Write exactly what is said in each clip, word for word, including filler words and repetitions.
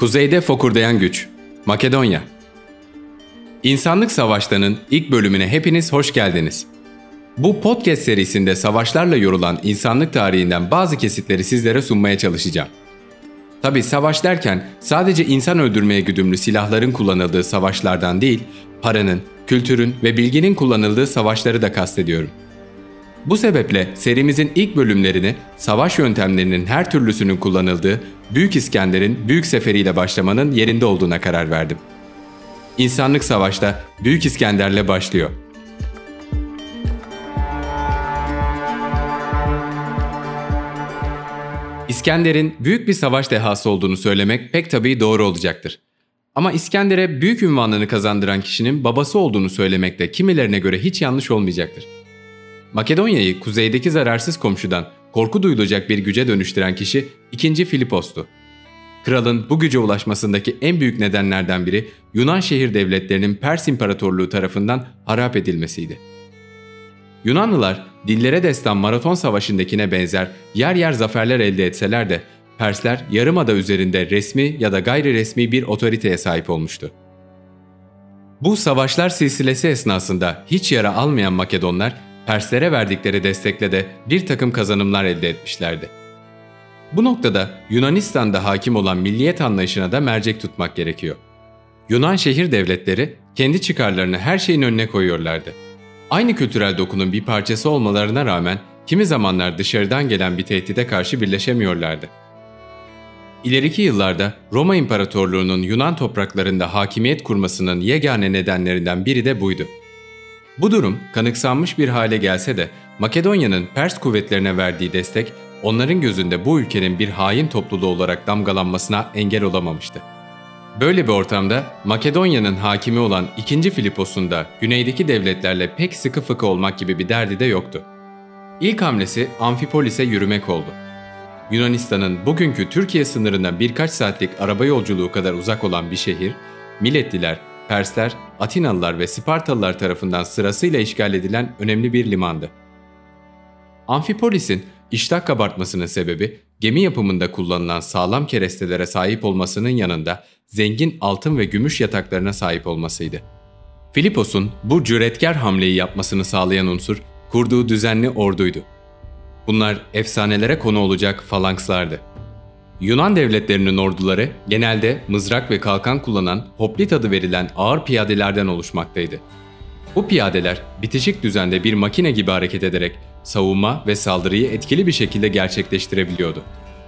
Kuzeyde fokurdayan güç. Makedonya. İnsanlık Savaşları'nın ilk bölümüne hepiniz hoş geldiniz. Bu podcast serisinde savaşlarla yorulan insanlık tarihinden bazı kesitleri sizlere sunmaya çalışacağım. Tabii savaş derken sadece insan öldürmeye güdümlü silahların kullanıldığı savaşlardan değil, paranın, kültürün ve bilginin kullanıldığı savaşları da kastediyorum. Bu sebeple serimizin ilk bölümlerini savaş yöntemlerinin her türlüsünün kullanıldığı Büyük İskender'in Büyük Seferiyle başlamanın yerinde olduğuna karar verdim. İnsanlık Savaş'ta Büyük İskender'le başlıyor. İskender'in büyük bir savaş dehası olduğunu söylemek pek tabii doğru olacaktır. Ama İskender'e büyük ünvanını kazandıran kişinin babası olduğunu söylemek de kimilerine göre hiç yanlış olmayacaktır. Makedonya'yı kuzeydeki zararsız komşudan korku duyulacak bir güce dönüştüren kişi ikinci. Filipos'tu. Kralın bu güce ulaşmasındaki en büyük nedenlerden biri Yunan şehir devletlerinin Pers İmparatorluğu tarafından harap edilmesiydi. Yunanlılar dillere destan Maraton Savaşı'ndakine benzer yer yer zaferler elde etseler de Persler yarımada üzerinde resmi ya da gayri resmi bir otoriteye sahip olmuştu. Bu savaşlar silsilesi esnasında hiç yara almayan Makedonlar Perslere verdikleri destekle de bir takım kazanımlar elde etmişlerdi. Bu noktada Yunanistan'da hakim olan milliyet anlayışına da mercek tutmak gerekiyor. Yunan şehir devletleri kendi çıkarlarını her şeyin önüne koyuyorlardı. Aynı kültürel dokunun bir parçası olmalarına rağmen kimi zamanlar dışarıdan gelen bir tehdide karşı birleşemiyorlardı. İleriki yıllarda Roma İmparatorluğu'nun Yunan topraklarında hakimiyet kurmasının yegane nedenlerinden biri de buydu. Bu durum kanıksanmış bir hale gelse de Makedonya'nın Pers kuvvetlerine verdiği destek onların gözünde bu ülkenin bir hain topluluğu olarak damgalanmasına engel olamamıştı. Böyle bir ortamda Makedonya'nın hakimi olan ikinci. Filipos'un da güneydeki devletlerle pek sıkı fıkı olmak gibi bir derdi de yoktu. İlk hamlesi Amfipolis'e yürümek oldu. Yunanistan'ın bugünkü Türkiye sınırından birkaç saatlik araba yolculuğu kadar uzak olan bir şehir, Miletliler, Persler, Atinalılar ve Spartalılar tarafından sırasıyla işgal edilen önemli bir limandı. Amfipolis'in iştah kabartmasının sebebi gemi yapımında kullanılan sağlam kerestelere sahip olmasının yanında zengin altın ve gümüş yataklarına sahip olmasıydı. Filipos'un bu cüretkar hamleyi yapmasını sağlayan unsur kurduğu düzenli orduydu. Bunlar efsanelere konu olacak falankslardı. Yunan devletlerinin orduları genelde mızrak ve kalkan kullanan hoplit adı verilen ağır piyadelerden oluşmaktaydı. Bu piyadeler bitişik düzende bir makine gibi hareket ederek savunma ve saldırıyı etkili bir şekilde gerçekleştirebiliyordu.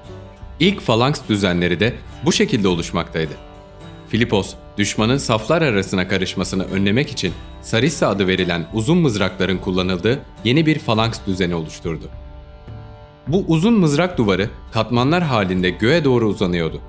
İlk falanks düzenleri de bu şekilde oluşmaktaydı. Filipos, düşmanın saflar arasına karışmasını önlemek için sarissa adı verilen uzun mızrakların kullanıldığı yeni bir falanks düzeni oluşturdu. Bu uzun mızrak duvarı katmanlar halinde göğe doğru uzanıyordu.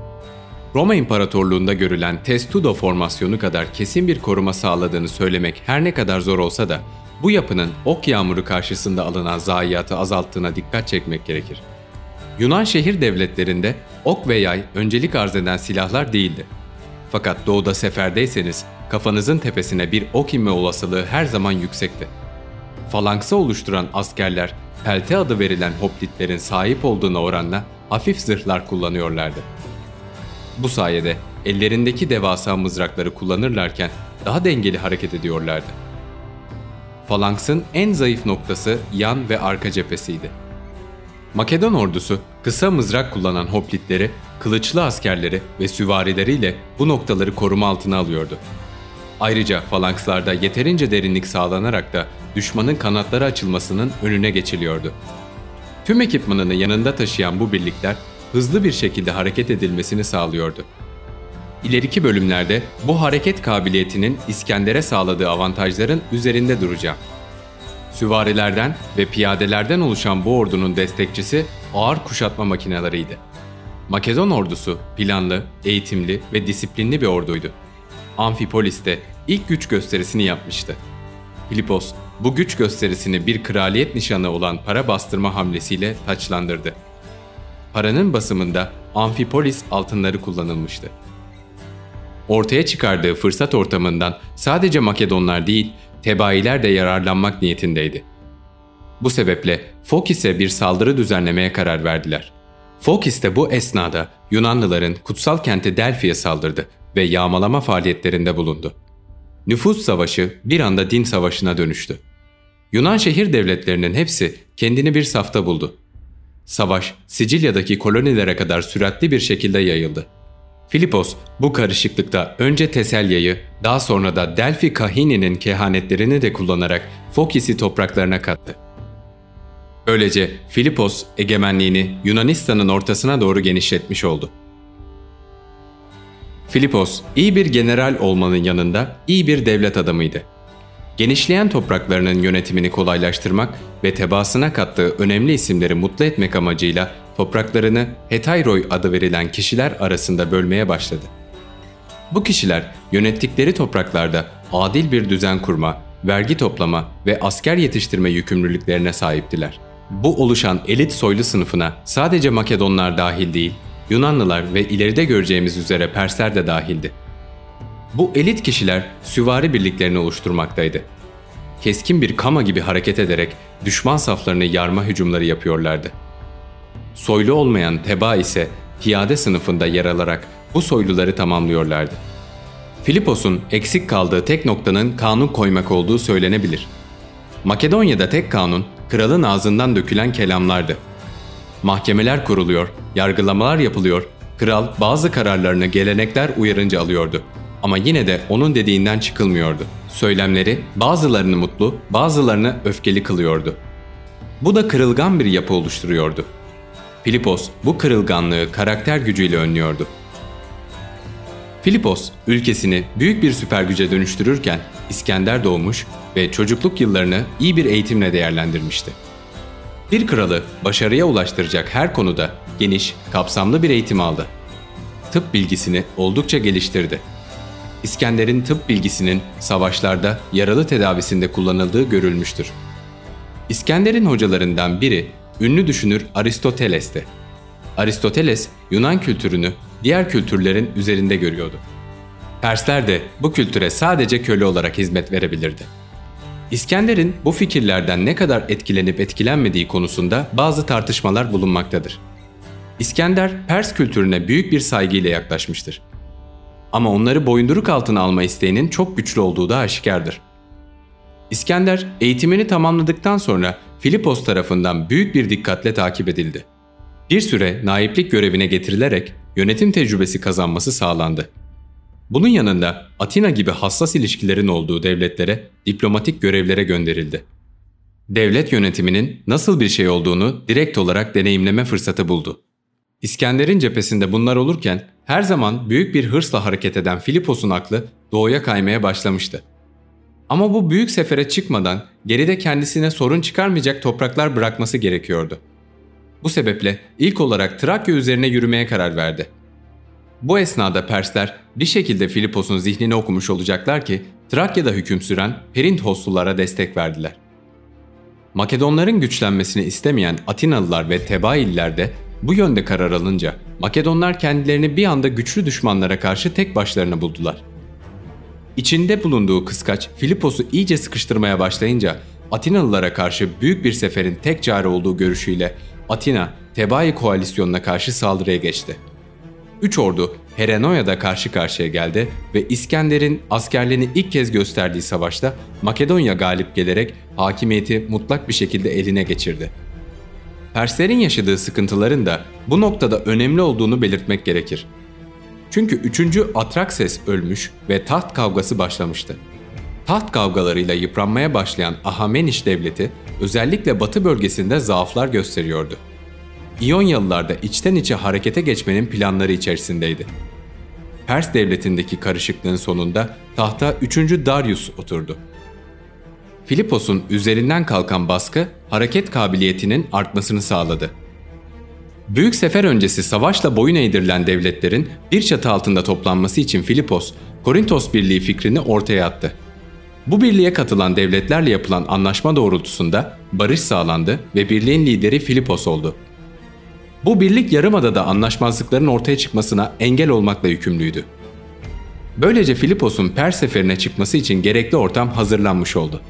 Roma İmparatorluğu'nda görülen testudo formasyonu kadar kesin bir koruma sağladığını söylemek her ne kadar zor olsa da bu yapının ok yağmuru karşısında alınan zayiatı azalttığına dikkat çekmek gerekir. Yunan şehir devletlerinde ok ve yay öncelik arz eden silahlar değildi. Fakat doğuda seferdeyseniz kafanızın tepesine bir ok inme olasılığı her zaman yüksekti. Falanksı oluşturan askerler pelte adı verilen hoplitlerin sahip olduğuna oranla hafif zırhlar kullanıyorlardı. Bu sayede ellerindeki devasa mızrakları kullanırlarken daha dengeli hareket ediyorlardı. Falanksın en zayıf noktası yan ve arka cephesiydi. Makedon ordusu kısa mızrak kullanan hoplitleri, kılıçlı askerleri ve süvarileriyle bu noktaları koruma altına alıyordu. Ayrıca falankslarda yeterince derinlik sağlanarak da düşmanın kanatları açılmasının önüne geçiliyordu. Tüm ekipmanını yanında taşıyan bu birlikler hızlı bir şekilde hareket edilmesini sağlıyordu. İleriki bölümlerde bu hareket kabiliyetinin İskender'e sağladığı avantajların üzerinde duracağım. Süvarilerden ve piyadelerden oluşan bu ordunun destekçisi ağır kuşatma makineleriydi. Makedon ordusu planlı, eğitimli ve disiplinli bir orduydu. Amfipolis'te ilk güç gösterisini yapmıştı. Filipos bu güç gösterisini bir kraliyet nişanı olan para bastırma hamlesiyle taçlandırdı. Paranın basımında Amfipolis altınları kullanılmıştı. Ortaya çıkardığı fırsat ortamından sadece Makedonlar değil, Tebailer de yararlanmak niyetindeydi. Bu sebeple Fokis'e bir saldırı düzenlemeye karar verdiler. Fokis de bu esnada Yunanlıların kutsal kenti Delfi'ye saldırdı ve yağmalama faaliyetlerinde bulundu. Nüfus savaşı bir anda din savaşına dönüştü. Yunan şehir devletlerinin hepsi kendini bir safta buldu. Savaş Sicilya'daki kolonilere kadar süratli bir şekilde yayıldı. Filipos bu karışıklıkta önce Teselya'yı, daha sonra da Delfi Kahini'nin kehanetlerini de kullanarak Fokis'i topraklarına kattı. Böylece Filipos egemenliğini Yunanistan'ın ortasına doğru genişletmiş oldu. Filipos iyi bir general olmanın yanında iyi bir devlet adamıydı. Genişleyen topraklarının yönetimini kolaylaştırmak ve tebaasına kattığı önemli isimleri mutlu etmek amacıyla topraklarını Hetairoi adı verilen kişiler arasında bölmeye başladı. Bu kişiler yönettikleri topraklarda adil bir düzen kurma, vergi toplama ve asker yetiştirme yükümlülüklerine sahiptiler. Bu oluşan elit soylu sınıfına sadece Makedonlar dahil değil, Yunanlılar ve ileride göreceğimiz üzere Persler de dahildi. Bu elit kişiler süvari birliklerini oluşturmaktaydı. Keskin bir kama gibi hareket ederek düşman saflarını yarma hücumları yapıyorlardı. Soylu olmayan teba ise piyade sınıfında yer alarak bu soyluları tamamlıyorlardı. Filipos'un eksik kaldığı tek noktanın kanun koymak olduğu söylenebilir. Makedonya'da tek kanun kralın ağzından dökülen kelamlardı. Mahkemeler kuruluyor, yargılamalar yapılıyor, kral bazı kararlarını gelenekler uyarınca alıyordu. Ama yine de onun dediğinden çıkılmıyordu. Söylemleri bazılarını mutlu, bazılarını öfkeli kılıyordu. Bu da kırılgan bir yapı oluşturuyordu. Filipos bu kırılganlığı karakter gücüyle önlüyordu. Filipos ülkesini büyük bir süper güce dönüştürürken İskender doğmuş ve çocukluk yıllarını iyi bir eğitimle değerlendirmişti. Bir kralı başarıya ulaştıracak her konuda geniş, kapsamlı bir eğitim aldı. Tıp bilgisini oldukça geliştirdi. İskender'in tıp bilgisinin savaşlarda yaralı tedavisinde kullanıldığı görülmüştür. İskender'in hocalarından biri ünlü düşünür Aristoteles'ti. Aristoteles Yunan kültürünü diğer kültürlerin üzerinde görüyordu. Persler de bu kültüre sadece köle olarak hizmet verebilirdi. İskender'in bu fikirlerden ne kadar etkilenip etkilenmediği konusunda bazı tartışmalar bulunmaktadır. İskender, Pers kültürüne büyük bir saygıyla yaklaşmıştır. Ama onları boyunduruk altına alma isteğinin çok güçlü olduğu da aşikardır. İskender, eğitimini tamamladıktan sonra Filipos tarafından büyük bir dikkatle takip edildi. Bir süre naiplik görevine getirilerek yönetim tecrübesi kazanması sağlandı. Bunun yanında Atina gibi hassas ilişkilerin olduğu devletlere diplomatik görevlere gönderildi. Devlet yönetiminin nasıl bir şey olduğunu direkt olarak deneyimleme fırsatı buldu. İskender'in cephesinde bunlar olurken her zaman büyük bir hırsla hareket eden Filipos'un aklı doğuya kaymaya başlamıştı. Ama bu büyük sefere çıkmadan geride kendisine sorun çıkarmayacak topraklar bırakması gerekiyordu. Bu sebeple ilk olarak Trakya üzerine yürümeye karar verdi. Bu esnada Persler bir şekilde Filipos'un zihnini okumuş olacaklar ki Trakya'da hüküm süren Perintoslulara destek verdiler. Makedonların güçlenmesini istemeyen Atinalılar ve Tebaililer de bu yönde karar alınca Makedonlar kendilerini bir anda güçlü düşmanlara karşı tek başlarına buldular. İçinde bulunduğu kıskaç Filipos'u iyice sıkıştırmaya başlayınca Atinalılara karşı büyük bir seferin tek çare olduğu görüşüyle Atina, Tebai koalisyonuna karşı saldırıya geçti. Üç ordu Herenoya'da karşı karşıya geldi ve İskender'in askerliğini ilk kez gösterdiği savaşta Makedonya galip gelerek hakimiyeti mutlak bir şekilde eline geçirdi. Perslerin yaşadığı sıkıntıların da bu noktada önemli olduğunu belirtmek gerekir. Çünkü üçüncü Atrakses ölmüş ve taht kavgası başlamıştı. Taht kavgalarıyla yıpranmaya başlayan Ahameniş devleti özellikle batı bölgesinde zaaflar gösteriyordu. İyonyalılar da içten içe harekete geçmenin planları içerisindeydi. Pers devletindeki karışıklığın sonunda tahta üçüncü Darius oturdu. Filipos'un üzerinden kalkan baskı hareket kabiliyetinin artmasını sağladı. Büyük sefer öncesi savaşla boyun eğdirilen devletlerin bir çatı altında toplanması için Filipos, Korintos Birliği fikrini ortaya attı. Bu birliğe katılan devletlerle yapılan anlaşma doğrultusunda barış sağlandı ve birliğin lideri Filipos oldu. Bu birlik yarımadada anlaşmazlıkların ortaya çıkmasına engel olmakla yükümlüydü. Böylece Filipos'un Pers seferine çıkması için gerekli ortam hazırlanmış oldu.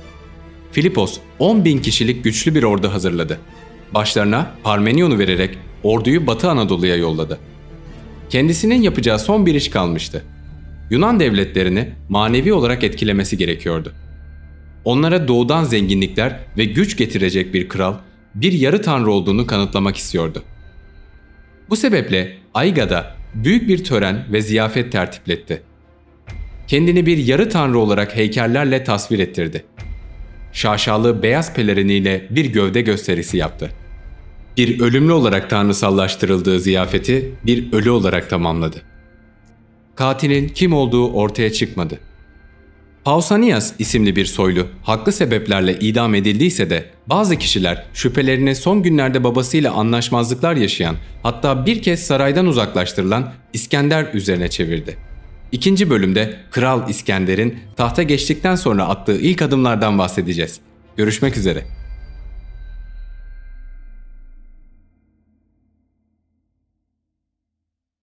Filipos on bin kişilik güçlü bir ordu hazırladı. Başlarına Parmenion'u vererek orduyu Batı Anadolu'ya yolladı. Kendisinin yapacağı son bir iş kalmıştı. Yunan devletlerini manevi olarak etkilemesi gerekiyordu. Onlara doğudan zenginlikler ve güç getirecek bir kral, bir yarı tanrı olduğunu kanıtlamak istiyordu. Bu sebeple Ayga'da büyük bir tören ve ziyafet tertipletti. Kendini bir yarı tanrı olarak heykellerle tasvir ettirdi. Şaşalı beyaz peleriniyle bir gövde gösterisi yaptı. Bir ölümlü olarak tanrısallaştırıldığı ziyafeti bir ölü olarak tamamladı. Katilin kim olduğu ortaya çıkmadı. Pausanias isimli bir soylu haklı sebeplerle idam edildiyse de bazı kişiler şüphelerini son günlerde babasıyla anlaşmazlıklar yaşayan, hatta bir kez saraydan uzaklaştırılan İskender üzerine çevirdi. İkinci bölümde Kral İskender'in tahta geçtikten sonra attığı ilk adımlardan bahsedeceğiz. Görüşmek üzere.